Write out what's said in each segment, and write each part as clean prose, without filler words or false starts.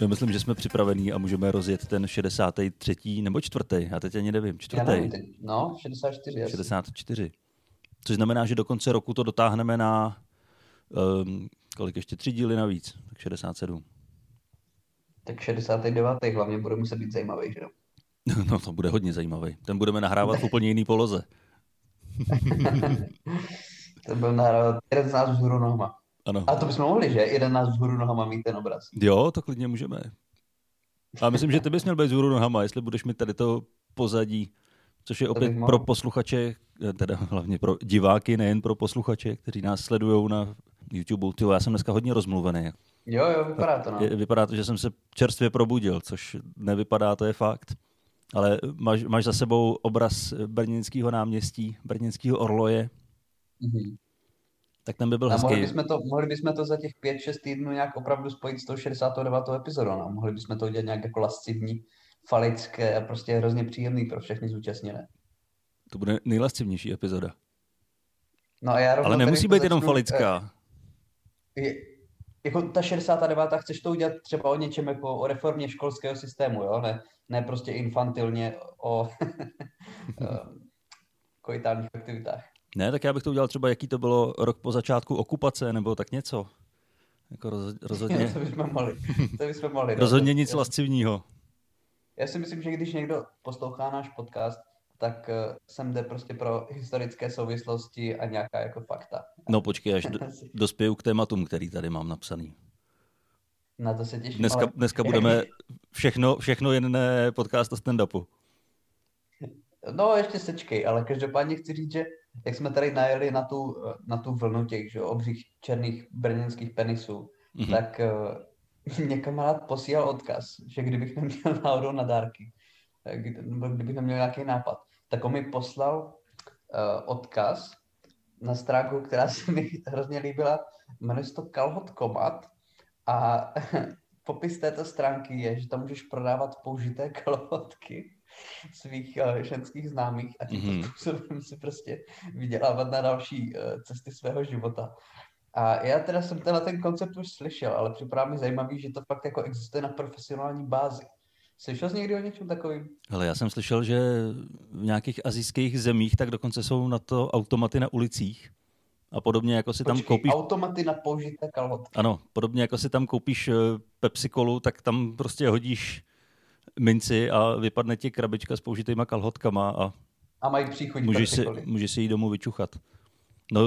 Já myslím, že jsme připravení a můžeme rozjet ten 63. nebo 4. Já teď ani nevím. 4. Já nevím, 64. 64. Což znamená, že do konce roku to dotáhneme na kolik ještě 3 díly navíc, tak 67. Tak 69. hlavně bude muset být zajímavý, že jo? No to bude hodně zajímavý. Ten budeme nahrávat v úplně jiný poloze. To byl nahrávat jeden z nás vzhůru nohama. Ano. A to bychom mohli, že? Jeden nás vzhůru nohama mít ten obraz. Jo, to klidně můžeme. A myslím, že ty bys měl být vzhůru nohama, jestli budeš mít tady to pozadí, což je opět pro posluchače, teda hlavně pro diváky, nejen pro posluchače, kteří nás sledují na YouTube. Tyjo, já jsem dneska hodně rozmluvený. Jo, vypadá to, no. Vypadá to, že jsem se čerstvě probudil, což nevypadá, to je fakt. Ale máš za sebou obraz brněnského náměstí, brněnského orloje. Mm-hmm. Tak ten by byl hezký. Mohli bychom to za těch 5-6 týdnů nějak opravdu spojit s tou 69. epizodou. No. Mohli bychom to udělat nějak jako lascivní, falické a prostě hrozně příjemný pro všechny zúčastněné. To bude nejlascivnější epizoda. No a já ale nemusí být jenom falická. Jako ta 69. chceš to udělat třeba o něčem jako o reformě školského systému, jo? Ne prostě infantilně o koitálních aktivitách. Ne, tak já bych to udělal třeba, jaký to bylo rok po začátku okupace, nebo tak něco. Jako rozhodně. To bychom mohli. Rozhodně nic lascivního. Já si myslím, že když někdo poslouchá náš podcast, tak sem jde prostě pro historické souvislosti a nějaká jako fakta. No počkej, až dospěju k tématům, který tady mám napsaný. Na to se těším. Dneska budeme všechno jen ne podcast o stand-upu. No, ještě sečkej, ale každopádně chci říct, že jak jsme tady najeli na tu vlnu těch obřích černých brněnských penisů, tak mě kamarád posílal odkaz, že kdybych neměl náhodou na dárky, kdybych neměl nějaký nápad, tak on mi poslal odkaz na stránku, která se mi hrozně líbila, jmenuje se to Kalhot.comat a popis této stránky je, že tam můžeš prodávat použité kalhotky svých ženských známých a tímto způsobem si prostě vydělávat na další cesty svého života. A já teda jsem ten koncept už slyšel, ale připadá mi zajímavý, že to fakt jako existuje na profesionální bázi. Slyšel jsi někdy o něčem takovým? Hele, já jsem slyšel, že v nějakých asijských zemích tak dokonce jsou na to automaty na ulicích. A podobně jako si tam koupíš... automaty na použité kalhotky. Ano, podobně jako si tam koupíš Pepsi-Colu, tak tam prostě hodíš minci a vypadne ti krabička s použitýma kalhotkama a mají příchuť můžeš si ji domů vyčuchat. No,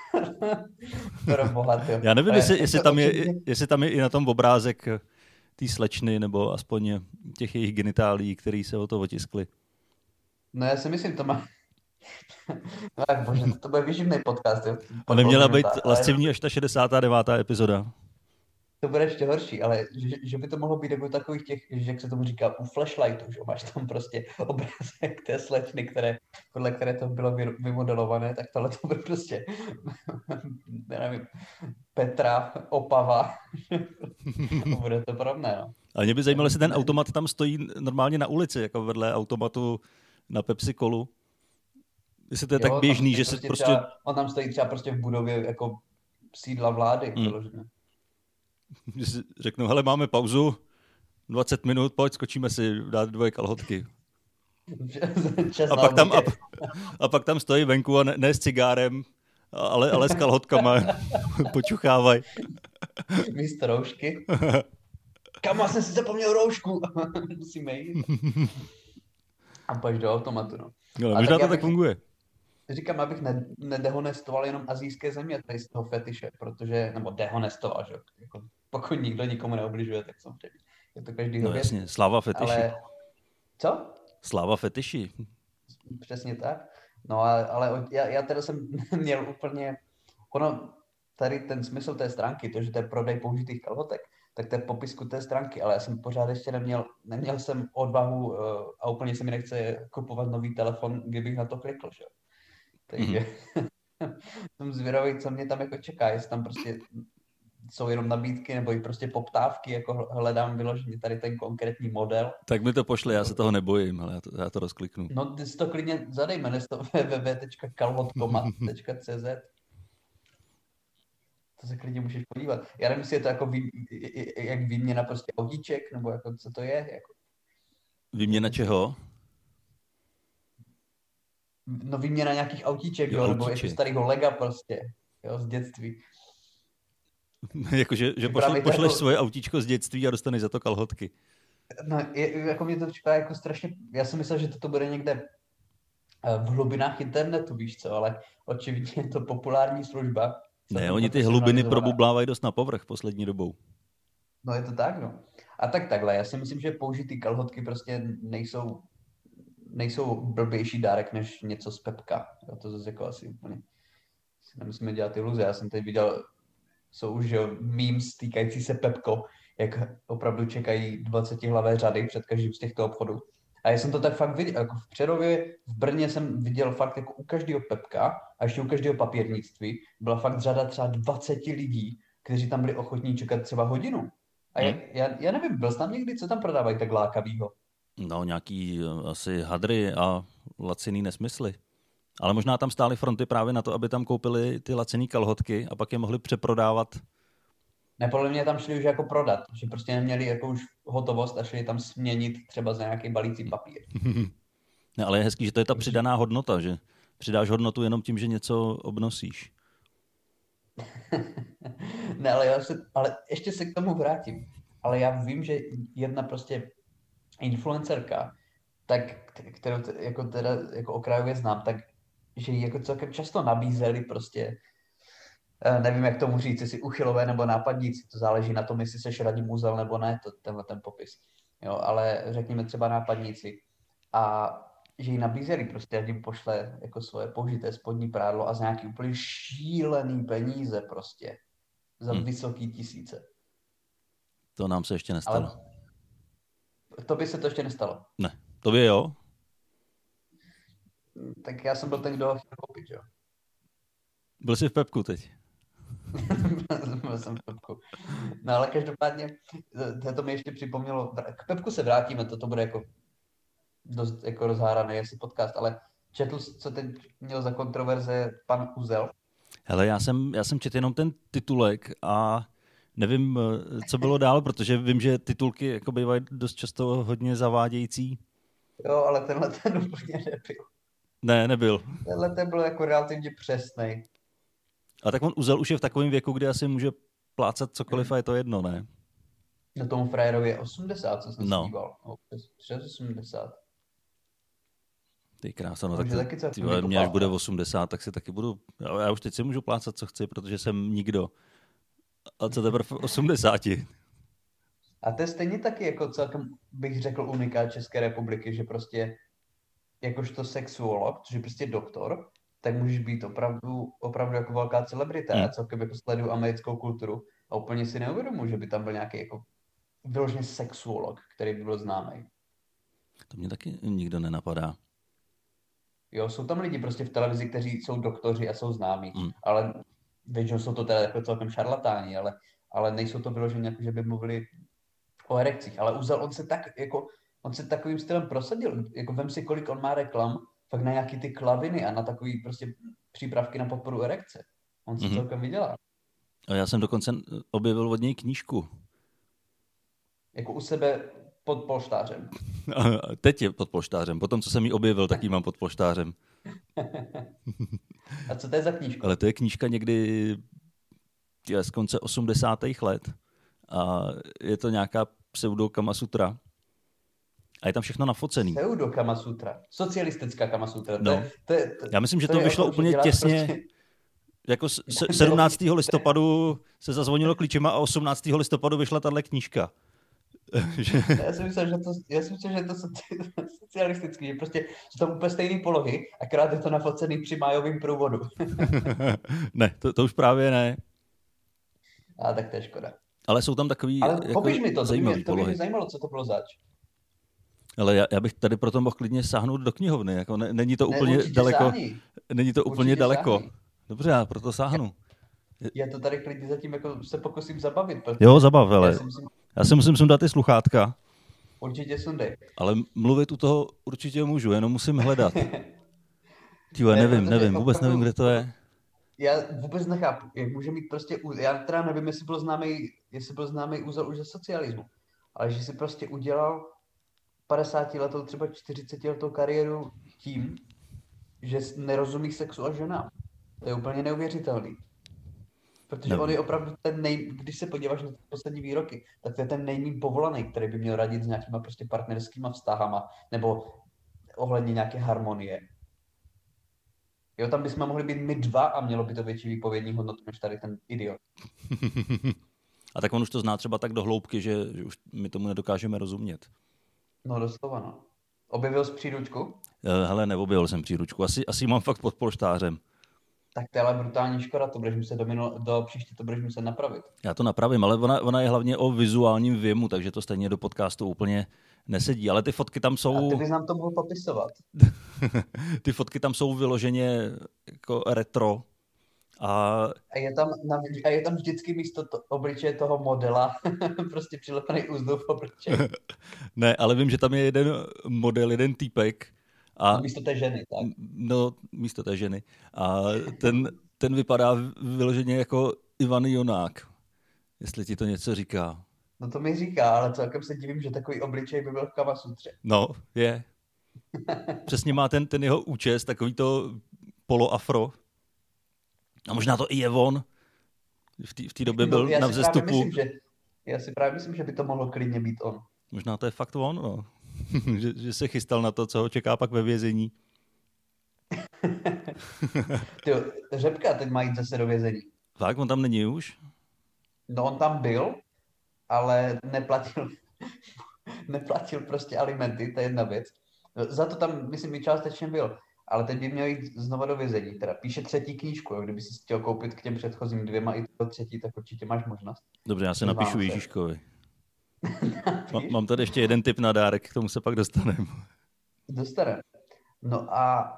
já nevím, jestli tam je i na tom obrázek té slečny, nebo aspoň těch jejich genitálí, který se o to otiskli. No já si myslím, to má... No, bože, to bude výživný podcast. Jo? A neměla být lascivní až ta 69. epizoda. To bude ještě horší, ale že by to mohlo být jako takových těch, že jak se tomu říká, u flashlightu, že máš tam prostě obrázek té slečny, podle které to bylo vymodelované, tak tohle to bude prostě, nevím, Petra, Opava. Bude to podobné, no. A mě by zajímalo, jestli ten automat tam stojí normálně na ulici, jako vedle automatu na Pepsi-Colu. Jestli to je tak běžný, že se prostě... On tam stojí třeba prostě v budově jako sídla vlády, vyložené. Že si řeknou, hele, máme pauzu, 20 minut, pojď, skočíme si dát 2 kalhotky. A pak tam stojí venku a ne s cigárem, ale s kalhotkama. Počuchávaj. Místo roušky. Kam jsem si zapomněl roušku? Musíme jít. A pojď do automatu, no. Ale možná to tak funguje. Říkám, abych nedehonestoval jenom asijské země tady z toho fetiše, protože, nebo dehonestoval, že jako, pokud nikdo nikomu neubližuje, tak samozřejmě. Je to každý No jasně, sláva fetiši. Ale... Co? Sláva fetiši. Přesně tak. No ale já teda jsem měl úplně, tady ten smysl té stránky, to, že to je prodej použitých kalhotek, tak to je popisku té stránky, ale já jsem pořád ještě neměl jsem odvahu a úplně se mi nechce kupovat nový telefon, kdybych na to klikl, že? Takže jsem zvědavý, co mě tam jako čeká, jestli tam prostě jsou jenom nabídky nebo i prostě poptávky, jako hledám vyloženě tady ten konkrétní model. Tak mi to pošle, já se toho nebojím, ale já to rozkliknu. No ty si to klidně zadej, jmenuje to www.kalhotcomat.cz. To se klidně můžeš podívat. Já nevím, jestli je to jako jak výměna prostě autíček, nebo jako co to je. Jako. Výměna čeho? No výměna nějakých autíček, jo, nebo jako starého lega prostě, jo, z dětství. Jakože že pošleš jako... svoje autíčko z dětství a dostaneš za to kalhotky. No, jako mě to připadá jako strašně, já jsem myslel, že to bude někde v hlubinách internetu, víš co, ale očividně je to populární služba. Ne, oni ty hlubiny probublávají dost na povrch poslední dobou. No je to tak, no. A tak takhle, já si myslím, že použitý kalhotky prostě nejsou blbější dárek než něco z Pepka. Jo, to zase jako asi úplně si nemusíme dělat iluze. Já jsem teď viděl, jsou už memes týkající se Pepko, jak opravdu čekají 20hlavé řady před každým z těchto obchodů. A já jsem to tak fakt viděl, jako v Přerově, v Brně jsem viděl fakt jako u každého Pepka a ještě u každého papírnictví byla fakt řada třeba 20 lidí, kteří tam byli ochotní čekat třeba hodinu. A já nevím, byl jsi tam někdy, co tam prodávají tak lákavýho? No, nějaký asi hadry a laciný nesmysly. Ale možná tam stály fronty právě na to, aby tam koupili ty laciný kalhotky a pak je mohli přeprodávat. Ne, podle mě tam šli už jako prodat, že prostě neměli jako už hotovost a šli tam směnit třeba za nějaký balící papír. Ne, ale je hezký, že to je ta přidaná hodnota, že přidáš hodnotu jenom tím, že něco obnosíš. Ne, ale ještě se k tomu vrátím. Ale já vím, že jedna prostě influencerka, tak, kterou jako okrajově znám, tak že ji jako celkem často nabízeli prostě, nevím, jak tomu říct, jestli uchylové nebo nápadníci, to záleží na tom, jestli seš Radim Uzel nebo ne, tenhle ten popis. Jo, ale řekněme třeba nápadníci. A že jí nabízeli prostě, ať jim pošle jako svoje použité spodní prádlo a za nějaký úplně šílený peníze prostě. Za vysoký tisíce. To nám se ještě nestalo. Ale to by se to ještě nestalo. Ne, to by jo. Tak já jsem byl ten, kdo ho chtěl koupit, jo. Byl jsi v Pepku teď. Byl jsem v Pepku. No ale každopádně, to mi ještě připomnělo, k Pepku se vrátíme, to bude jako dost jako rozháraný asi podcast, ale četl, co teď měl za kontroverze pan Uzel? Hele, já jsem četl jenom ten titulek a nevím, co bylo dál, protože vím, že titulky jako bývají dost často hodně zavádějící. Jo, ale tenhle ten úplně nebyl. Ne, nebyl. Tenhle ten byl jako relativně přesnej. A tak on Uzel už je v takovém věku, kdy asi může plácat cokoliv a je to jedno, ne? No tomu frajerovi je 80, co jsem díval. No, přes 80. Ty krása, no tak mě až bude 80, tak si taky budu... Já už teď si můžu plácat, co chci, protože jsem nikdo. A co teprve 80? A to je stejně taky jako celkem, bych řekl, unikát České republiky, že prostě jakožto sexuolog, což je prostě doktor, tak můžeš být opravdu jako velká celebrita. Já celkem jako sleduju americkou kulturu a úplně si neuvědomuji, že by tam byl nějaký jako vyloženě sexuolog, který by byl známý. To mě taky nikdo nenapadá. Jo, jsou tam lidi prostě v televizi, kteří jsou doktoři a jsou známí, ale většinou jsou to teda jako celkem šarlatáni, ale nejsou to vyloženě jako, že by mluvili o erekcích. Ale Uzel, on se takovým stylem prosadil. Jako vem si, kolik on má reklam, fakt na nějaký ty klaviny a na takový prostě přípravky na podporu erekce. On si celkem vydělá. A já jsem dokonce objevil od něj knížku. Jako u sebe pod polštářem. Teď je pod polštářem. Potom, co jsem ji objevil, tak ji mám pod polštářem. A co to je za knížka? Ale to je knížka někdy z konce 80. let. A je to nějaká pseudo Kamasutra. A je tam všechno nafocený. Pseudo Kamasutra. Socialistická Kamasutra. No. Já myslím, že to vyšlo úplně těsně. Prostě... Jako 17. listopadu se zazvonilo klíčema a 18. listopadu vyšla tahle knížka. Já si myslím, že je to socialistický, že prostě jsou tam úplně stejné polohy, akorát je to nafocený při májovým průvodu. Ne, to už právě ne. A tak to je škoda. Ale jsou tam takový ale jako popiš mi to zajímavý to by mě zajímalo, co to bylo zač. Ale já bych tady proto mohl klidně sáhnout do knihovny, jako není to úplně daleko. Sáhni. Není to úplně určitě daleko. Sáhni. Dobře, já proto sáhnu. Já to tady klidně zatím jako se pokusím zabavit. Jo, zabav, ale já si musím sundat ty sluchátka. Určitě sundej. Ale mluvit u toho určitě můžu, jenom musím hledat. Tíle, nevím, vůbec nevím, kde to je. já vůbec nechápu, jak může mít prostě, já teda nevím, jestli byl známý úzel už ze socialismu, ale že si prostě udělal 50letou, třeba 40letou kariéru tím, že nerozumí sexu a ženám. To je úplně neuvěřitelný. Protože on je opravdu když se podíváš na poslední výroky, tak to je ten nejméně povolaný, který by měl radit s nějakýma prostě partnerskýma vztahama, nebo ohledně nějaké harmonie. Jo, tam bychom mohli být my dva a mělo by to větší výpovědní hodnotu, než tady ten idiot. A tak on už to zná třeba tak do hloubky, že už my tomu nedokážeme rozumět. No doslova, no. Objevil jsi příručku? Hele, neobjevil jsem příručku. Asi mám fakt pod polštářem. Tak to je ale brutální škoda, to budeš muset do příště to budeš muset napravit. Já to napravím, ale ona je hlavně o vizuálním věmu, takže to stejně do podcastu úplně nesedí. Ale ty fotky tam jsou... A ty bys nám to mohl popisovat. Ty fotky tam jsou vyloženě jako retro. A je tam vždycky místo obličeje toho modela prostě přilepený úzdou v obličeji. Ne, ale vím, že tam je jeden model, jeden týpek. A místo té ženy, tak? No, místo té ženy. A ten vypadá vyloženě jako Ivan Jonák, jestli ti to něco říká. No to mi říká, ale celkem se divím, že takový obličej by byl v Kamasutře. No, je. Přesně má ten jeho účes, takový to poloafro. A možná to i je on. V té době byl na vzestupu. Já si právě myslím, že by to mohlo klidně být on. Možná to je fakt on, no. že se chystal na to, co ho čeká pak ve vězení. Tyjo, Řepka teď má jít zase do vězení. Tak, on tam není už? No on tam byl, ale neplatil prostě alimenty, to je jedna věc. Za to tam, myslím, i částečně byl. Ale teď by měl jít znova do vězení. Teda píše 3. knížku, jo. Kdyby si chtěl koupit k těm předchozím 2 i to 3, tak určitě máš možnost. Dobře, já se napíšu Ježíškovi. Mám tady ještě jeden tip na dárek, k tomu se pak dostaneme. No a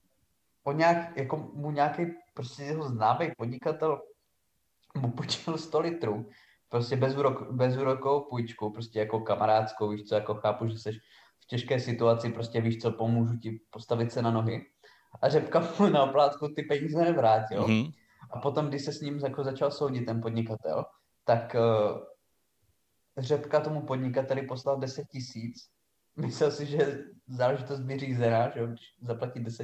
mu nějaký prostě jeho známý podnikatel mu počil 100 litrů. Prostě bezúrokovou půjčku, prostě jako kamarádskou, víš co, jako chápu, že jsi v těžké situaci, prostě víš co, pomůžu ti postavit se na nohy. A Řepka mu na oplátku ty peníze nevrátil. Mm-hmm. A potom, když se s ním jako začal soudit ten podnikatel, tak Řepka tomu podnikateli poslal 10 000. Myslel si, že záležitost vyřízená, že když zaplatí 10.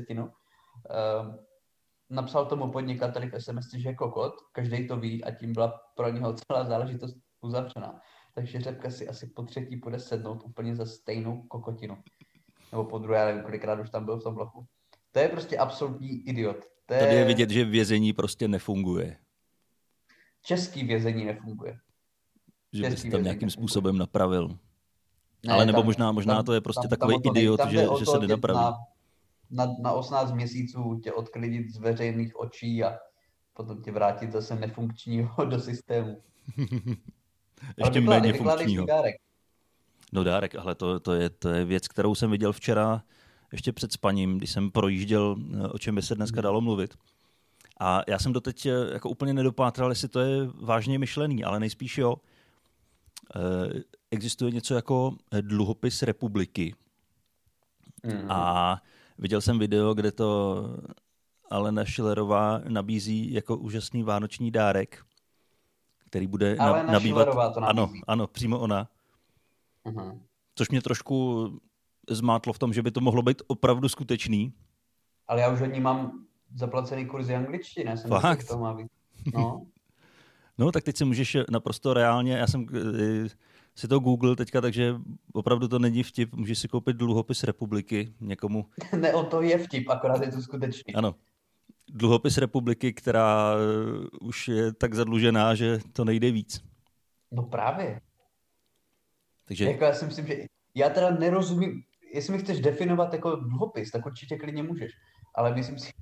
Napsal tomu podnikateli v SMS, že je kokot, každý to ví a tím byla pro něho celá záležitost uzavřená. Takže Řepka si asi po 3. půjde sednout úplně za stejnou kokotinu. Nebo po druhé, já nevím, kolikrát už tam byl v tom bloku. To je prostě absolutní idiot. Tady je vidět, že vězení prostě nefunguje. Český vězení nefunguje. Že bys tam nějakým způsobem napravil. Ne, ale nebo možná to je prostě takový idiot, že se nenapraví. Na 18 měsíců tě odklidit z veřejných očí a potom tě vrátit zase nefunkčního do systému. Ještě méně funkčního. Dárek. No dárek, ale to je věc, kterou jsem viděl včera ještě před spaním, když jsem projížděl, o čem by se dneska dalo mluvit. A já jsem doteď jako úplně nedopátral, jestli to je vážně myšlený, ale nejspíš jo. Existuje něco jako dluhopis republiky. A viděl jsem video, kde to Alena Schillerová nabízí jako úžasný vánoční dárek, který bude nabývat. Ano, přímo ona. Uh-huh. Což mě trošku zmátlo v tom, že by to mohlo být opravdu skutečný. Ale já už od ní mám zaplacený kurzy angličtiny. Fakt? To má být. No. No, tak teď si můžeš naprosto reálně, já jsem si to Google teďka, takže opravdu to není vtip, můžeš si koupit dluhopis republiky někomu. Ne, to je vtip, akorát je to skutečný. Ano. Dluhopis republiky, která už je tak zadlužená, že to nejde víc. No právě. Takže... Jako já si myslím, že já teda nerozumím, jestli mi chceš definovat jako dluhopis, tak určitě klidně můžeš. Ale myslím si,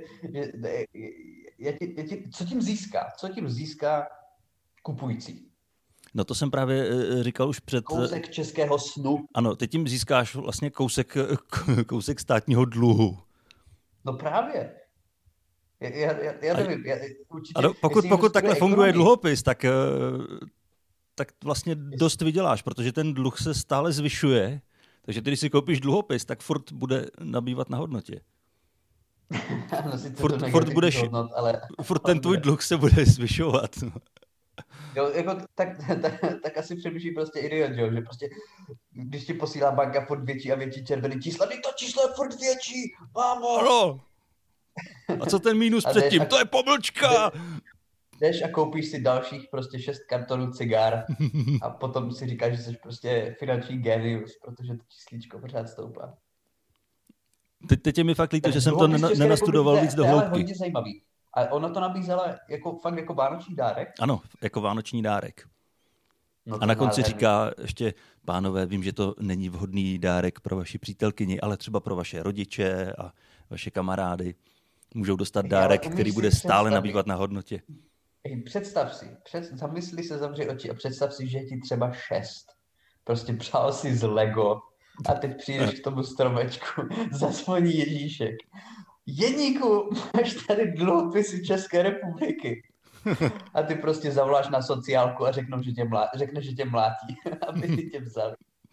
že co tím získá kupující? No to jsem právě říkal už před... Kousek českého snu. Ano, teď tím získáš vlastně kousek státního dluhu. No právě. Já nevím. Určitě, ano, pokud takhle funguje dluhopis, tak vlastně dost vyděláš, protože ten dluh se stále zvyšuje, takže když si koupíš dluhopis, tak furt bude nabývat na hodnotě. No, sice furt budeš, hodnot, ale... Furt ten tvůj dluh se bude zvyšovat. Jo, jako, tak asi přemýšlí prostě idiot, že prostě, když ti posílá banka furt větší a větší červený čísla, to číslo je furt větší, mámo! Ano. A co ten mínus předtím? To je pomlčka! Jdeš a koupíš si dalších prostě 6 kartonů cigár a potom si říkáš, že jsi prostě finanční genius, protože to číslíčko pořád stoupá. Teď je mi fakt líto, že jsem to nenastudoval víc do hloubky. To je hodně zajímavý. A ono to nabízela jako, fakt jako vánoční dárek? Ano, jako vánoční dárek. No a na konci říká ještě, pánové, vím, že to není vhodný dárek pro vaši přítelkyni, ale třeba pro vaše rodiče a vaše kamarády. Můžou dostat dárek, který bude stále nabývat na hodnotě. Představ si, zamysli se, zavři oči a představ si, že je ti třeba 6. Prostě přál si z Lego a teď přijdeš k tomu stromečku, zazvoní Ježíšek. Jeníku, máš tady dluhopisy České republiky. A ty prostě zavoláš na sociálku a řekneš, že tě mlátí, aby ty tě vzali.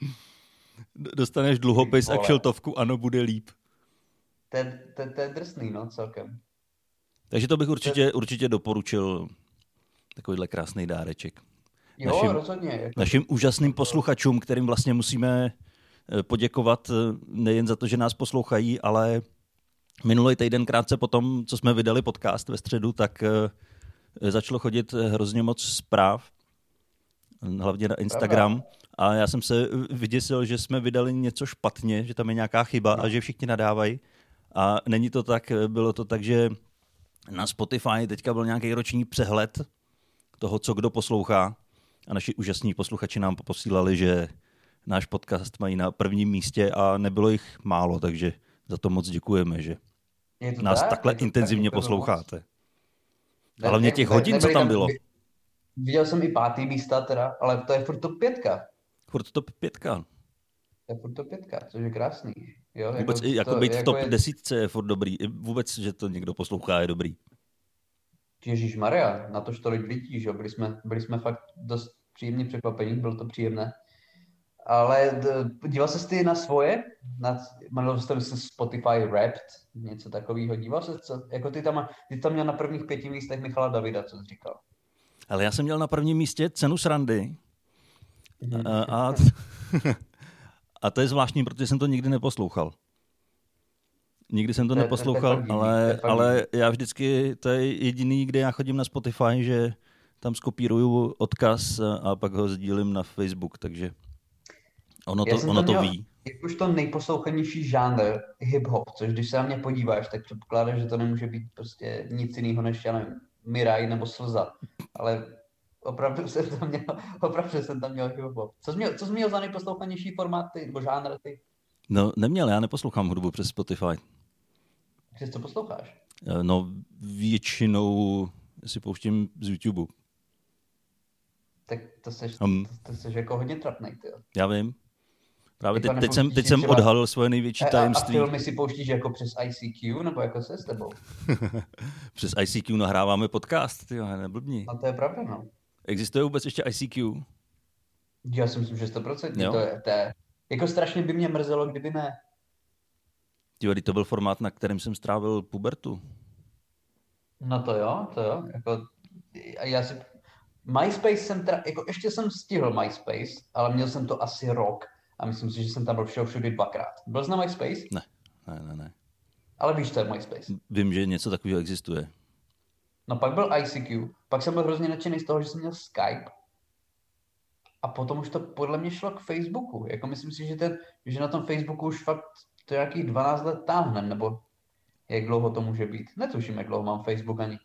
Dostaneš dluhopis a kšiltovku, ano, bude líp. To je drsný, no, celkem. Takže to bych určitě doporučil, takovýhle krásný dáreček. Jo, rozhodně. Našim úžasným posluchačům, kterým vlastně musíme poděkovat nejen za to, že nás poslouchají, ale minulý týden krátce po tom, co jsme vydali podcast ve středu, tak začalo chodit hrozně moc zpráv, hlavně na Instagram. A já jsem se vyděsil, že jsme vydali něco špatně, že tam je nějaká chyba a že všichni nadávají. A není to tak, bylo to tak, že na Spotify teďka byl nějaký roční přehled toho, co kdo poslouchá. A naši úžasní posluchači nám posílali, že náš podcast mají na prvním místě a nebylo jich málo, takže za to moc děkujeme, že nás takhle intenzivně posloucháte. A hlavně těch hodin, co tam bylo. Viděl jsem i 5. místa teda, ale to je furt top 5. Furt top 5. To je furt top 5, což je krásný. Jo, vůbec jako být v top 10 je furt dobrý. Vůbec, že to někdo poslouchá, je dobrý. Ježišmarja, na to tolik lidí, že byli jsme fakt dost příjemně překvapení, bylo to příjemné. Ale díval ses ty na svoje? Jmenoval jste se Spotify Wrapped, něco takového. Díval ses, co? Jako ty tam měl na prvních 5 místech Michala Davida, co jsi říkal. Ale já jsem měl na prvním místě Cenu srandy. A to je zvláštní, protože jsem to nikdy neposlouchal. Nikdy jsem to neposlouchal, ale já vždycky, to je jediný, kde já chodím na Spotify, že tam skopíruju odkaz a pak ho sdílím na Facebook, takže ono to ví. Jak už to nejposlouchanější žánr hip-hop, což když se na mě podíváš, tak předpokládáš, že to nemůže být prostě nic jiného než, já nevím, Miraj nebo Slza, ale opravdu jsem tam měl hip-hop. Co jsi měl za nejposlouchanější formát ty, nebo žánr ty? No neměl, já neposlouchám hudbu přes Spotify. Přes co posloucháš? No většinou si pouštím z YouTube. Tak to seš jako hodně trapnej, ty jo. Já vím. Právě teď jsem odhalil svoje největší tajemství. A filmy si pouštíš jako přes ICQ, nebo jako se s tebou? Přes ICQ nahráváme podcast, tyjo, neblbni. No to je pravda, no. Existuje vůbec ještě ICQ? Já si myslím, že 100%. To je. Jako strašně by mě mrzelo, kdyby ne. Tyjo, to byl formát, na kterém jsem strávil pubertu. No to jo. Jako, MySpace jako ještě jsem stihl MySpace, ale měl jsem to asi rok a myslím si, že jsem tam byl všude 2krát. Byl jsi na MySpace? Ne. Ale víš, co je MySpace? Vím, že něco takového existuje. No pak byl ICQ, pak jsem byl hrozně nadšený z toho, že jsem měl Skype a potom už to podle mě šlo k Facebooku. Jako myslím si, že na tom Facebooku už fakt to nějakých 12 let táhnem, nebo jak dlouho to může být. Netuším, jak dlouho mám Facebook ani.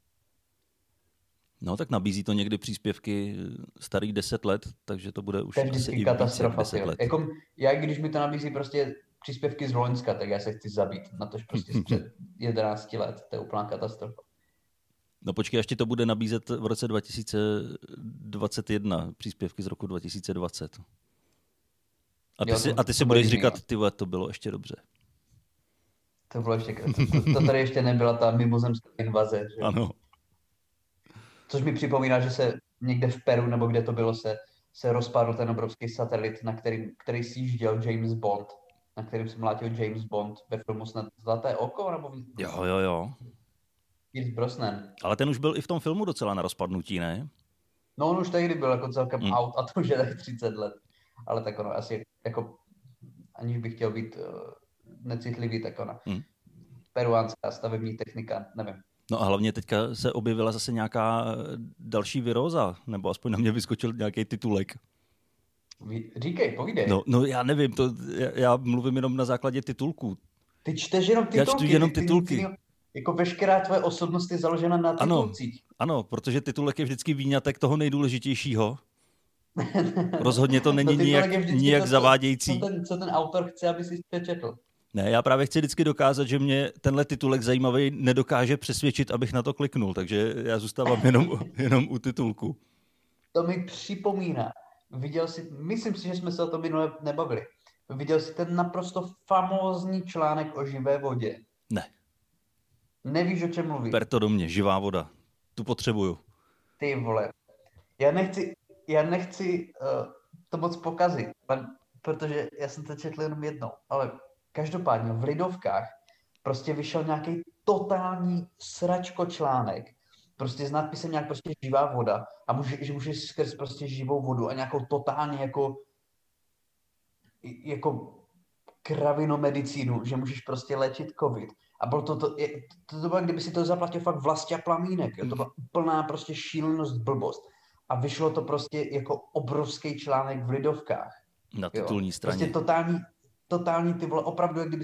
No tak nabízí to někdy příspěvky starých 10 let, takže to bude už asi i katastrofa, 10 let. Jako, když mi to nabízí prostě příspěvky z Loňska, tak já se chci zabít. Na tož prostě před 11 let. To je úplná katastrofa. No počkej, až ti to bude nabízet v roce 2021, příspěvky z roku 2020. A ty si budeš říkat, ty vole, to bylo ještě dobře. To bylo ještě, to tady ještě nebyla ta mimozemská invaze. Že? Ano. Což mi připomíná, že se někde v Peru, nebo kde to bylo, se rozpadl ten obrovský satelit, na který sjížděl James Bond. na kterém se mlátil James Bond ve filmu snad Zlaté oko, nebo... Jo. Pierce Brosnan. Ale ten už byl i v tom filmu docela na rozpadnutí, ne? No on už tehdy byl jako celkem out a to už je tak 30 let. Ale tak ono asi jako, aniž bych chtěl být necitlivý, tak ona. Peruánská stavební technika, nevím. No a hlavně teďka se objevila zase nějaká další viróza, nebo aspoň na mě vyskočil nějaký titulek. Říkej, povídej. No já nevím, já mluvím jenom na základě titulků. Ty čteš jenom titulky. Já čtu jenom titulky. Jako veškerá tvoje osobnost je založena na titulcích. Ano, protože titulek je vždycky výňatek toho nejdůležitějšího. Rozhodně to není nijak zavádějící. Co ten autor chce, aby si přečetl. Ne, já právě chci vždycky dokázat, že mě tenhle titulek zajímavý nedokáže přesvědčit, abych na to kliknul, takže já zůstávám jenom u titulku. To mi připomíná. Myslím si, že jsme se o tom minule nebavili. Viděl jsi ten naprosto famózní článek o živé vodě? Ne. Nevíš, o čem mluvím? Per to do mě, živá voda. Tu potřebuju. Ty vole. Já nechci to moc pokazit, protože já jsem to četl jenom jednou, ale každopádně v Lidovkách prostě vyšel nějaký totální sračko článek, prostě s nadpisem nějak prostě živá voda a že můžeš skrz prostě živou vodu a nějakou totálně jako kravinomedicínu, že můžeš prostě léčit covid. A bylo to bylo, kdyby si to zaplatil fakt Vlastě Plamínek. Jo? To byla úplná prostě šílenost, blbost. A vyšlo to prostě jako obrovský článek v Lidovkách. Na titulní straně. Prostě totální ty vole, opravdu, jak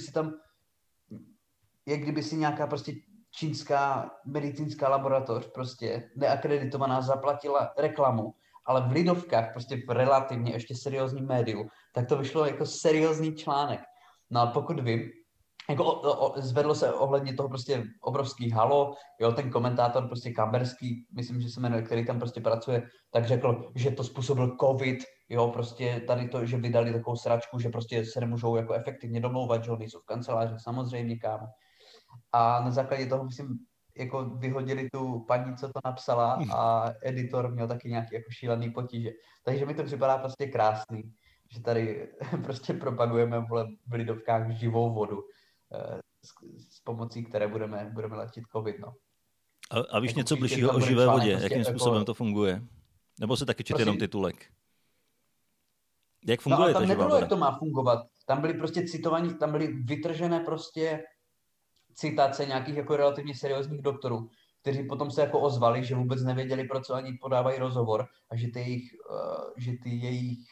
kdyby si nějaká prostě čínská medicínská laboratoř prostě neakreditovaná zaplatila reklamu, ale v Lidovkách prostě v relativně ještě seriózním médiu, tak to vyšlo jako seriózní článek. No a pokud vím, jako zvedlo se ohledně toho prostě obrovský halo, jo, ten komentátor prostě Kamberský, myslím, že se jmenuje, který tam prostě pracuje, tak řekl, že to způsobil covid, jo, prostě tady to, že vydali takovou sračku, že prostě se nemůžou jako efektivně domlouvat, že oni jsou v kanceláři, samozřejmě, kámo. A na základě toho, myslím, jako vyhodili tu paní, co to napsala a editor měl taky nějaký jako šílený potíže. Takže mi to připadá prostě krásný, že tady prostě propagujeme v Lidovkách živou vodu, s pomocí které budeme léčit covid, no. A víš jako něco bližšího o živé vodě? Prostě jakým způsobem to funguje? Nebo se taky čet jenom titulek? Jak funguje tam ta živá nebylo, voda? jak to má fungovat. Tam byly prostě citovaní, tam byly vytržené prostě citace nějakých jako relativně seriózních doktorů, kteří potom se jako ozvali, že vůbec nevěděli, pro co ani podávají rozhovor a že ty jejich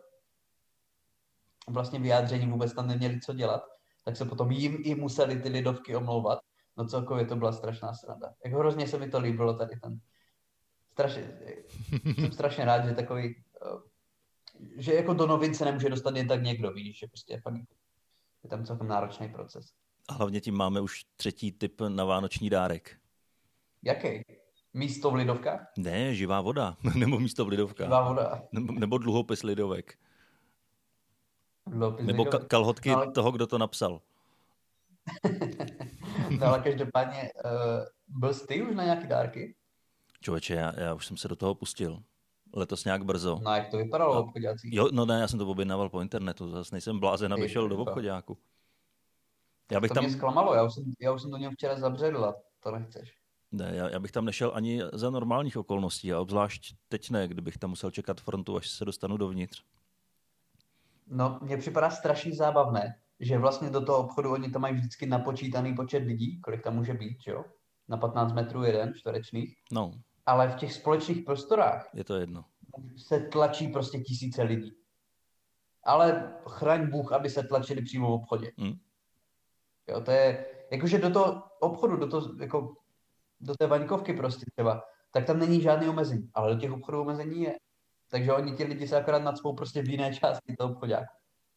vlastně vyjádření vůbec tam neměli co dělat, tak se potom jim i museli ty Lidovky omlouvat. No celkově to byla strašná sranda. Jak hrozně se mi to líbilo tady ten. Jsem strašně rád, že takový, že jako do novin se nemůže dostat jen tak někdo, víš, že prostě je tam celkem náročný proces. A hlavně tím máme už třetí typ na vánoční dárek. Jaký? Místo v Lidovkách? Ne, živá voda. Nebo místo v Lidovkách. Živá voda. Nebo dluhopis Lidovek. Dluhopis nebo Lidovek. kalhotky toho, kdo to napsal. No ale každopádně, byl jsi ty už na nějaký dárky? Člověče, já už jsem se do toho pustil. Letos nějak brzo. No jak to vypadalo v obchodácích? Jo, no ne, já jsem to objednával po internetu. Zase nejsem blázen, aby šel do obchodáku. Mě zklamalo, já už jsem do něho včera zabředl a to nechceš. Ne, já bych tam nešel ani za normálních okolností a obzvlášť teď ne, kdybych tam musel čekat frontu, až se dostanu dovnitř. No, mně připadá strašně zábavné, že vlastně do toho obchodu oni tam mají vždycky napočítaný počet lidí, kolik tam může být, jo? Na 15 metrů jeden čtverečných. No. Ale v těch společných prostorách je to jedno. Se tlačí prostě tisíce lidí. Ale chraň Bůh, aby se tlačili přímo v obchodě. Jo, to je, jakože do toho obchodu, do té Vaňkovky prostě třeba, tak tam není žádný omezení, ale do těch obchodů omezení je. Takže oni ti lidi se akorát nacpou prostě v jiné části toho obchodáku.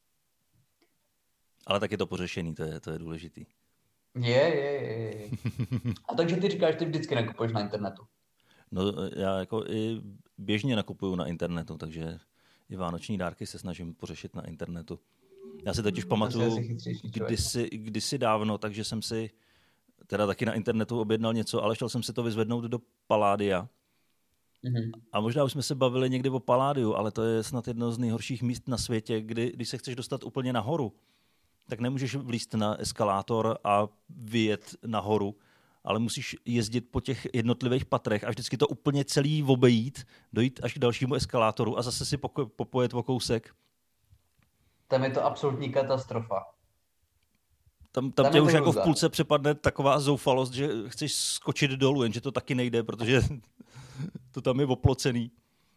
Ale tak je to pořešený, to je důležitý. Je. A takže ty říkáš, ty vždycky nakupuješ na internetu. No já jako i běžně nakupuju na internetu, takže i vánoční dárky se snažím pořešit na internetu. Já si totiž pamatuju kdysi dávno, takže jsem si teda taky na internetu objednal něco, ale chtěl jsem si to vyzvednout do Palladia. A možná už jsme se bavili někdy o Palladiu, ale to je snad jedno z nejhorších míst na světě, když se chceš dostat úplně nahoru, tak nemůžeš vlízt na eskalátor a vyjet nahoru, ale musíš jezdit po těch jednotlivých patrech a vždycky to úplně celý obejít, dojít až k dalšímu eskalátoru a zase si popojet o kousek. Tam je to absolutní katastrofa. Tam tě už jako v půlce přepadne taková zoufalost, že chceš skočit dolů, jenže to taky nejde, protože to tam je oplocený.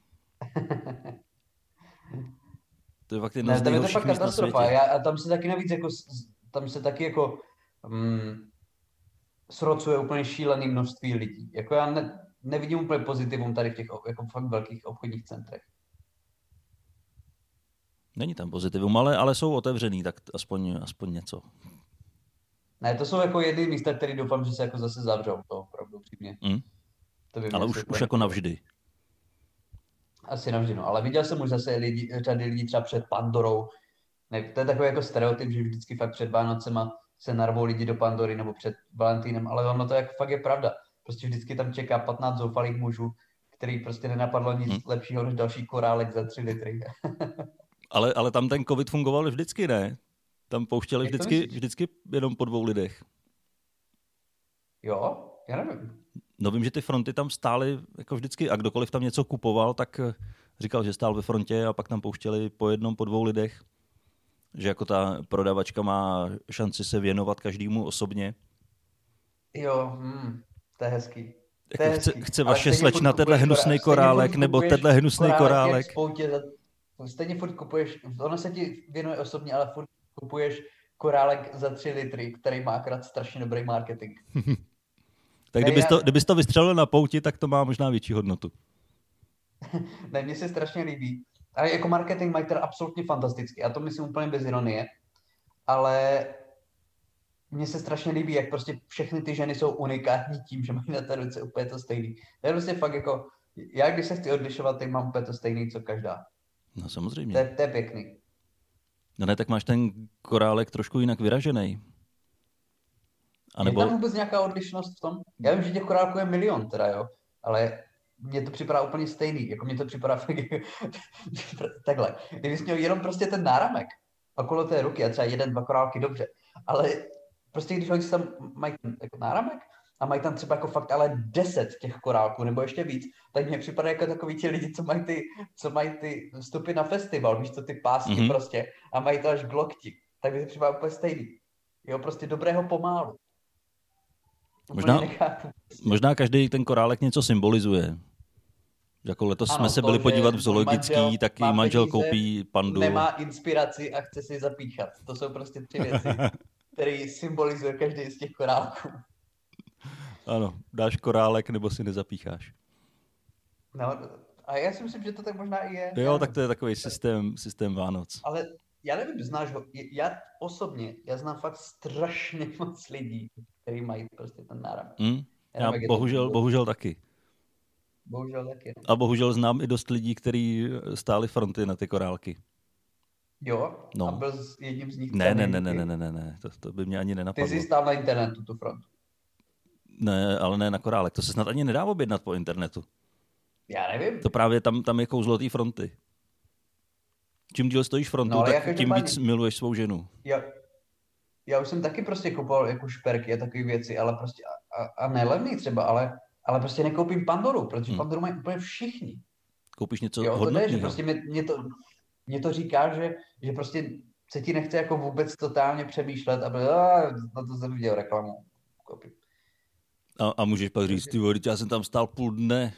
To je fakt jedna z nejhorších míst na světě. A tam se taky navíc jako, srocuje úplně šílený množství lidí. Jako já nevidím úplně pozitivum tady v těch jako fakt velkých obchodních centrech. Není tam pozitivum, ale jsou otevřený, tak aspoň něco. Ne, to jsou jako jedny místa, které doufám, že se jako zase zavřou, to opravdu upřímně. Ale už jako navždy. Asi navždy, no. Ale viděl jsem už zase řady lidí třeba před Pandorou. Ne, to je takový jako stereotyp, že vždycky fakt před Vánocema se narvou lidi do Pandory nebo před Valentínem, ale ono to jako fakt je pravda. Prostě vždycky tam čeká 15 zoufalých mužů, který prostě nenapadlo nic lepšího než další korálek za 3 litry. ale tam ten covid fungoval vždycky, ne? Tam pouštěli vždycky jenom po 2 lidech. Jo? Já nevím. No vím, že ty fronty tam stály jako vždycky a kdokoliv tam něco kupoval, tak říkal, že stál ve frontě a pak tam pouštěli po 1, po 2 lidech. Že jako ta prodavačka má šanci se věnovat každému osobně. Jo, to je hezký. Jako chce vaše slečna tenhle hnusnej korálek nebo tenhle hnusnej korálek. Stejně furt kupuješ, ono se ti věnuje osobně, ale furt kupuješ korálek za 3 litry, který má akorát strašně dobrý marketing. Tak kdybys to vystřelil na pouti, tak to má možná větší hodnotu. Ne, mně se strašně líbí. A jako marketing mají teda absolutně fantastický. A to myslím úplně bez ironie. Ale mně se strašně líbí, jak prostě všechny ty ženy jsou unikátní tím, že mají na té ruce úplně to stejný. To je prostě fakt jako, já když se chci odlišovat, tak mám úplně to stejný, co každá. No samozřejmě. To je pěkný. No ne, tak máš ten korálek trošku jinak vyražený. Je tam vůbec nějaká odlišnost v tom? Já vím, že těch korálků je milion teda, jo, ale mně to připadá úplně stejný, jako mně to připadá takhle. Kdybys měl jenom prostě ten náramek okolo té ruky a třeba 1-2 korálky, dobře, ale prostě když oni tam mají jako náramek a mají tam třeba jako fakt ale 10 těch korálků nebo ještě víc, tak mně připadá jako takový ti lidi, co mají ty vstupy na festival, víš co, ty pásky prostě a mají to až k lokti, tak mi to připadá úplně stejný. Jo, prostě dobrého pomálu. Možná každý ten korálek něco symbolizuje. Jako letos jsme se byli podívat v zoologický, tak jí manžel koupí pandu. Nemá inspiraci a chce si zapíchat. To jsou prostě 3 věci, které symbolizuje každý z těch korálků. Ano, dáš korálek nebo si nezapícháš. No, a já si myslím, že to tak možná i je. Jo, tak to je takový systém Vánoc. Ale já nevím, znáš ho. Já osobně znám fakt strašně moc lidí, kteří mají prostě ten náramek. Já bohužel taky. Bohužel taky. A bohužel znám i dost lidí, kteří stáli fronty na ty korálky. Jo? No. A byl jedním z nich? Ne, to by mě ani nenapadlo. Ty jsi stál na internetu tu frontu? Ne, ale ne na korálek. To se snad ani nedá objednat po internetu. Já nevím. To právě tam je kouzlo té fronty. Čím díl stojíš frontu, tak tím víc miluješ svou ženu. Já už jsem taky prostě kupoval jako šperky a takové věci, ale prostě a nelevný třeba, ale prostě nekoupím Pandoru, protože Pandoru mají úplně všichni. Koupíš něco hodnotného. To je, že prostě mě to říká, že prostě se ti nechce jako vůbec totálně přemýšlet a na to jsem viděl reklamu. Koupím. A můžeš pak říct, ty vody, já jsem tam stál půl dne.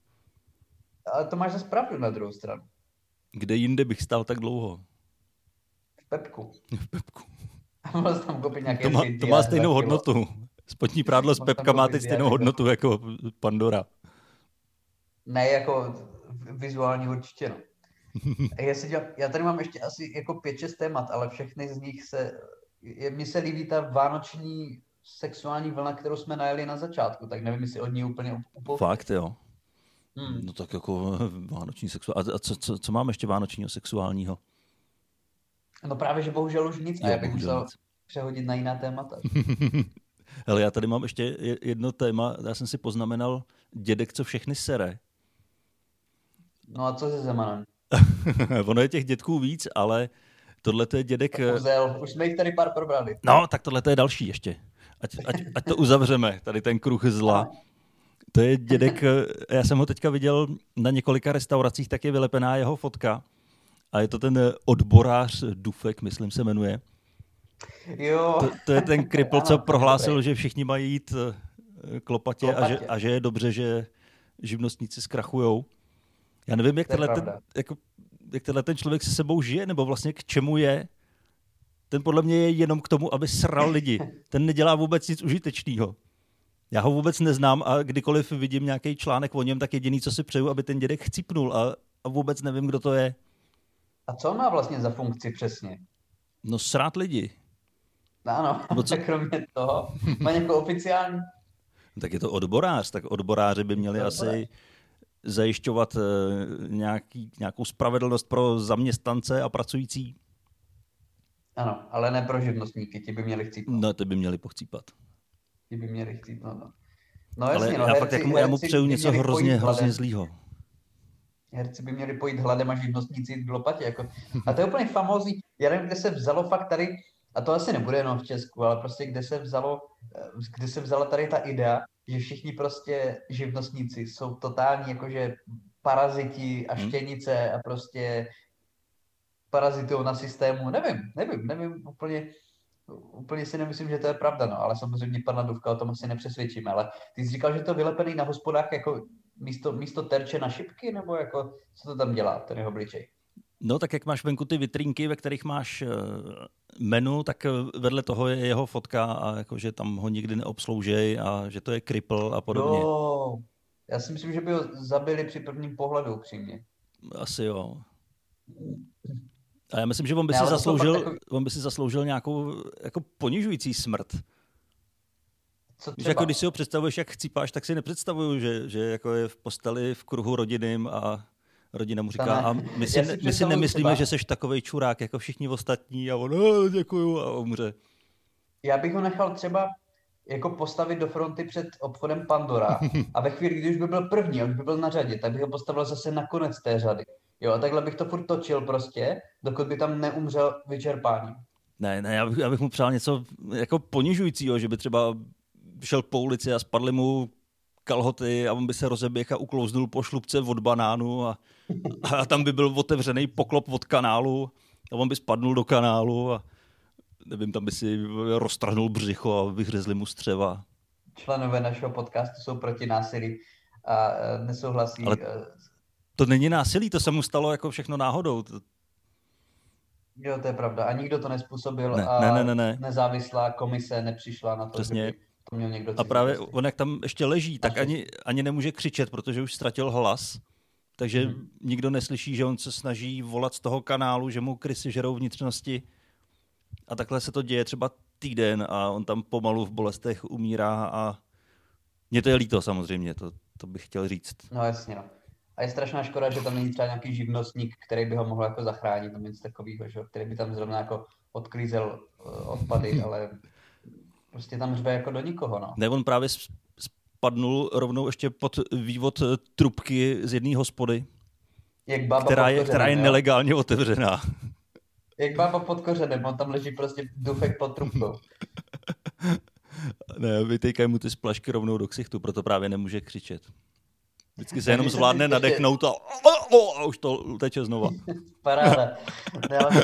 Ale to máš zase pravdu na druhou stranu. Kde jinde bych stál tak dlouho? V Pepku. V Pepku. A mohl tam koupit nějaké to má stejnou hodnotu. Spodní prádlo z Pepka má teď stejnou hodnotu jako Pandora. Ne, jako vizuální určitě, no. Já tady mám ještě asi jako 5-6 témat, ale všechny z nich mně se líbí ta vánoční sexuální vlna, kterou jsme najeli na začátku, tak nevím, jestli od ní úplně Fakt, jo. No tak jako vánoční sexuální. A co máme ještě vánočního sexuálního? No právě, že bohužel už nic. A já bych musel přehodit na jiná témata. Hele, já tady mám ještě jedno téma. Já jsem si poznamenal dědek, co všechny sere. No a co se Zemanem? Ono je těch dědků víc, ale Tohle to je dědek... Už jsme jich tady pár probrali. No, tak tohle to je další ještě. Ať to uzavřeme, tady ten kruh zla. To je dědek, já jsem ho teďka viděl na několika restauracích, tak je vylepená jeho fotka. A je to ten odborář Dufek, myslím se jmenuje. Jo. To je ten kripl, co prohlásil, že všichni mají jít klopatě. A že je dobře, že živnostníci zkrachujou. Já nevím, jak tenhle ten člověk se sebou žije, nebo vlastně k čemu je. Ten podle mě je jenom k tomu, aby sral lidi. Ten nedělá vůbec nic užitečného. Já ho vůbec neznám a kdykoliv vidím nějaký článek o něm, tak jediný, co si přeju, aby ten dědek chcípnul a vůbec nevím, kdo to je. A co on má vlastně za funkci přesně? No srát lidi. Ano, tak kromě toho má nějakou oficiální... Tak je to odborář, tak odboráři by měli asi zajišťovat nějakou spravedlnost pro zaměstnance a pracující. Ano, ale ne pro živnostníky, ti by měli chcípnout. No, ty by měli pochcípat. Ti by měli chcípnout, no. No ale jasně, já mu přeju něco hrozně zlýho. Herci by měli pojít hladem a živnostníci jít k lopatě. Jako. A to je úplně famózní. Já nevím, kde se vzalo fakt tady, a to asi nebude jenom v Česku, ale prostě kde se vzala tady ta idea, že všichni prostě živnostníci jsou totální jakože paraziti a štěnice a prostě parazitují na systému. Nevím, úplně si nemyslím, že to je pravda, no, ale samozřejmě pana Dufka o tom asi nepřesvědčíme, ale ty jsi říkal, že to vylepený na hospodách jako místo terče na šipky, nebo jako, co to tam dělá, ten jeho obličej? No tak jak máš venku ty vitrínky, ve kterých máš menu, tak vedle toho je jeho fotka a jako, že tam ho nikdy neobsloužej a že to je kripl a podobně. No, já si myslím, že by ho zabili při prvním pohledu upřímně. Asi jo. A já myslím, že on by si zasloužil nějakou jako ponižující smrt. Víš, jako když si ho představuješ, jak chcípáš, tak si nepředstavuju, že jako je v posteli v kruhu rodinným a rodina mu říká, a my si nemyslíme, že seš takovej čurák jako všichni ostatní a on, děkuju a umře. Já bych ho nechal třeba jako postavit do fronty před obchodem Pandora a ve chvíli, když by byl první, on by byl na řadě, tak bych ho postavil zase na konec té řady. Jo, a takhle bych to furt točil prostě, dokud by tam neumřel vyčerpáním. Ne, já bych mu přál něco jako ponižujícího, že by třeba šel po ulici a spadly mu kalhoty a on by se rozeběh a uklouznul po šlupce od banánu a tam by byl otevřený poklop od kanálu a on by spadnul do kanálu a nevím, tam by si roztrhnul břicho a vyhřezli mu střeva. Členové našeho podcastu jsou proti násilí a nesouhlasí. Ale to není násilí, to se mu stalo jako všechno náhodou. Jo, to je pravda. A nikdo to nezpůsobil ne. Nezávislá komise nepřišla na to, přesně. Že by to měl někdo a právě on jak tam ještě leží, tak ani nemůže křičet, protože už ztratil hlas. Takže nikdo neslyší, že on se snaží volat z toho kanálu, že mu krysy žerou vnitřnosti. A takhle se to děje třeba týden a on tam pomalu v bolestech umírá a mně to je líto samozřejmě, to bych chtěl říct. No jasně, no. A je strašná škoda, že tam není třeba nějaký živnostník, který by ho mohl jako zachránit, nebo něco takového, že? Který by tam zrovna jako odklízel odpady, ale prostě tam řve jako do nikoho, no. Ne, on právě spadnul rovnou ještě pod vývod trubky z jedné hospody, která je nelegálně otevřená. Jak bába pod kořenem, on tam leží prostě Dufek pod trubkou. Ne, vytejkají mu ty splašky rovnou do ksichtu, proto právě nemůže křičet. Vždycky se jenom zvládne nadechnout a už to teče znova. Paráda. Ne, ale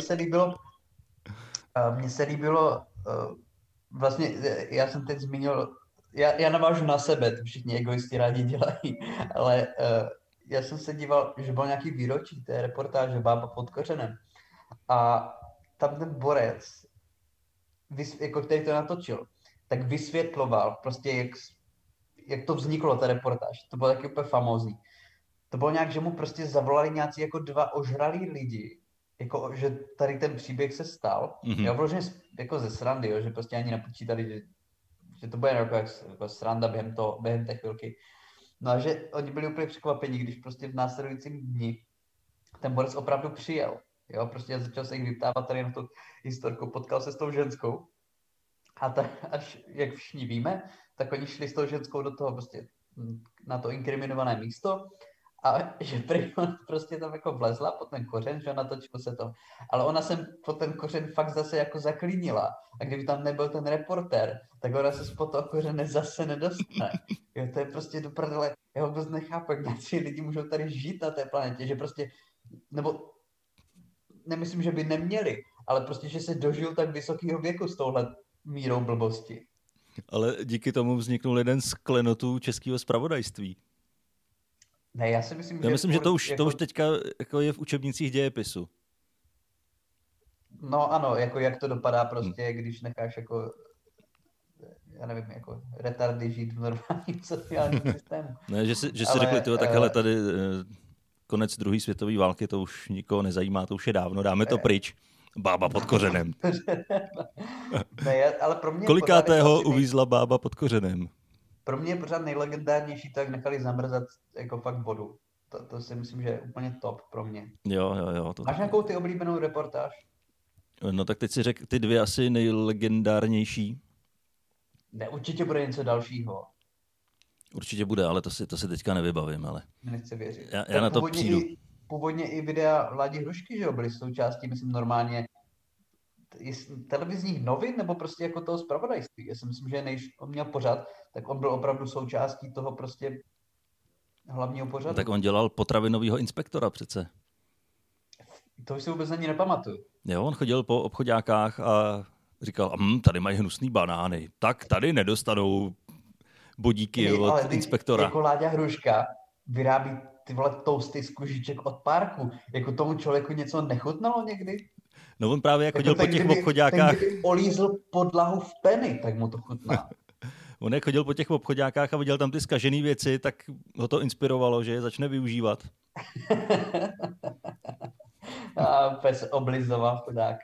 mně se líbilo, vlastně já jsem teď zmínil, já navážu na sebe, to všichni egoisti rádi dělají, ale já jsem se díval, že byl nějaký výročí té reportáže Bába pod kořenem a tam ten borec, jako který to natočil, tak vysvětloval prostě, jak to vzniklo, ta reportáž. To bylo taky úplně famózní. To bylo nějak, že mu prostě zavolali nějací jako dva ožralí lidi, jako, že tady ten příběh se stal. Já vložím jako ze srandy, jo, že prostě ani nepočítali, že to bude jako sranda během té chvilky. No a že oni byli úplně překvapení, když prostě v následujícím dni ten borec opravdu přijel. Jo, prostě začal se jich vyptávat tady na tu historku, potkal se s tou ženskou. A až, jak všichni víme, tak oni šli s tou ženskou do toho prostě na to inkriminované místo A že prý on prostě tam jako vlezla pod ten kořen, že natočilo se to. Ale ona se pod ten kořen fakt zase jako zaklínila. A kdyby tam nebyl ten reportér, tak ona se spod toho kořene zase nedostane. Jo, to je prostě do prdele. Já vůbec nechápu, jak nějací lidi můžou tady žít na té planetě, že prostě, nebo nemyslím, že by neměli, ale prostě, že se dožil tak vysokého věku s touhle mírou blbosti. Ale díky tomu vzniknul jeden z klenotů českého zpravodajství. Ne, já si myslím, já myslím, že to už teďka jako je v učebnicích dějepisu. No ano, jako jak to dopadá prostě, když necháš jako, já nevím, jako retardy žít v normálním sociálním systému. Ne, že si řekli, tak hele, tady konec druhé světové války, to už nikoho nezajímá, to už je dávno, dáme to pryč. Bába pod kořenem. Ne, ale pro mě kolikátého uvízla bába pod kořenem? Pro mě je pořád nejlegendárnější to, jak nechali zamrzat jako fakt vodu. To si myslím, že je úplně top pro mě. Jo. Máš nějakou ty oblíbenou reportáž? No tak teď si řekl ty dvě asi nejlegendárnější. Ne, určitě bude něco dalšího. Určitě bude, ale to si teďka nevybavím, ale... Nechci věřit. Já na to přijdu. Původně i videa Ládi Hrušky, že jo, byly součástí, myslím, normálně televizních novin, nebo prostě jako toho zpravodajství. Já si myslím, že než on měl pořad, tak on byl opravdu součástí toho prostě hlavního pořadu. No, tak on dělal potravinového inspektora přece. To už si vůbec ani nepamatuju. Jo, on chodil po obchoďákách a říkal, tady mají hnusný banány, tak tady nedostanou bodíky od inspektora. Jako Láďa Hruška vyrábí ty vole toasty z kužiček od Parku. Jako tomu člověku něco nechutnalo někdy? No on právě jak chodil po těch obchoďákách. Kdyby olízl podlahu v Penny, tak mu to chutná. On jak chodil po těch obchoďákách a viděl tam ty zkažený věci, tak ho to inspirovalo, že je začne využívat. A pes oblizoval chudák.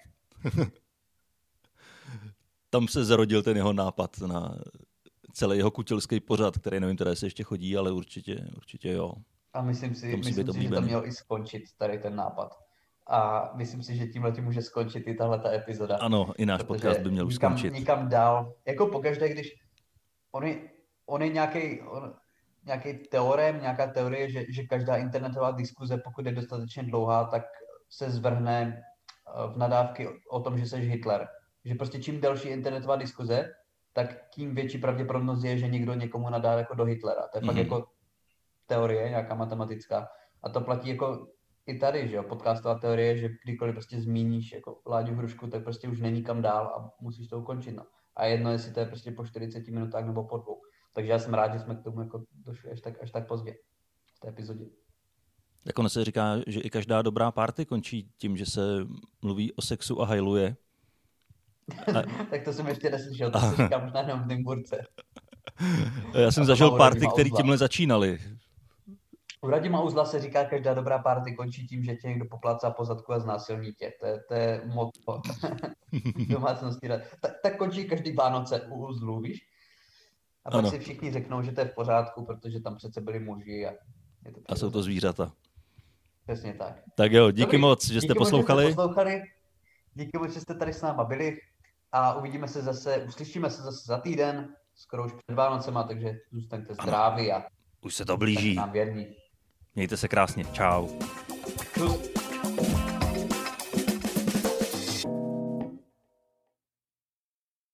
Tam se zrodil ten jeho nápad na celý jeho kutilský pořad, který nevím, teda jestli ještě chodí, ale určitě jo. A myslím si, že to měl i skončit, tady ten nápad. A myslím si, že tímhletím může skončit i tahleta epizoda. Ano, i náš podcast by měl už skončit. Nikam dál. Jako pokaždé, když on je nějaký teorem, nějaká teorie, že každá internetová diskuze, pokud je dostatečně dlouhá, tak se zvrhne v nadávky o tom, že seš Hitler. Že prostě čím delší internetová diskuze, tak tím větší pravděpodobnost je, že někdo někomu nadá jako do Hitlera. To je fakt jako teorie, nějaká matematická. A to platí jako i tady, že jo, podcastová teorie, že kdykoliv prostě zmíníš jako Láďu Hrušku, tak prostě už není kam dál a musíš to ukončit, no. A jedno, jestli to je prostě po 40 minutách nebo po 2. Takže já jsem rád, že jsme k tomu jako došli až tak pozdě v té epizodě. Jak ono se říká, že i každá dobrá party končí tím, že se mluví o sexu a hajluje. Tak to jsem ještě neslyšel, to se říká možná jenom v Nymburce. Já jsem zažil party, které tímhle začínaly. U Radima Uzla se říká, každá dobrá party končí tím, že tě někdo poplácá po zadku a znásilní tě. To je motto domácnosti. Tak končí každý Vánoce u Uzlu, víš? A pak si všichni řeknou, že to je v pořádku, protože tam přece byli muži. A jsou to zvířata. Přesně tak. Tak jo, díky moc, že jste poslouchali. Díky moc, že jste tady s náma byli a uslyšíme se zase za týden, skoro už před Vánocema, takže zůstaňte zdraví a už se to blíží. Nám věrní. Mějte se krásně. Čau. Čus.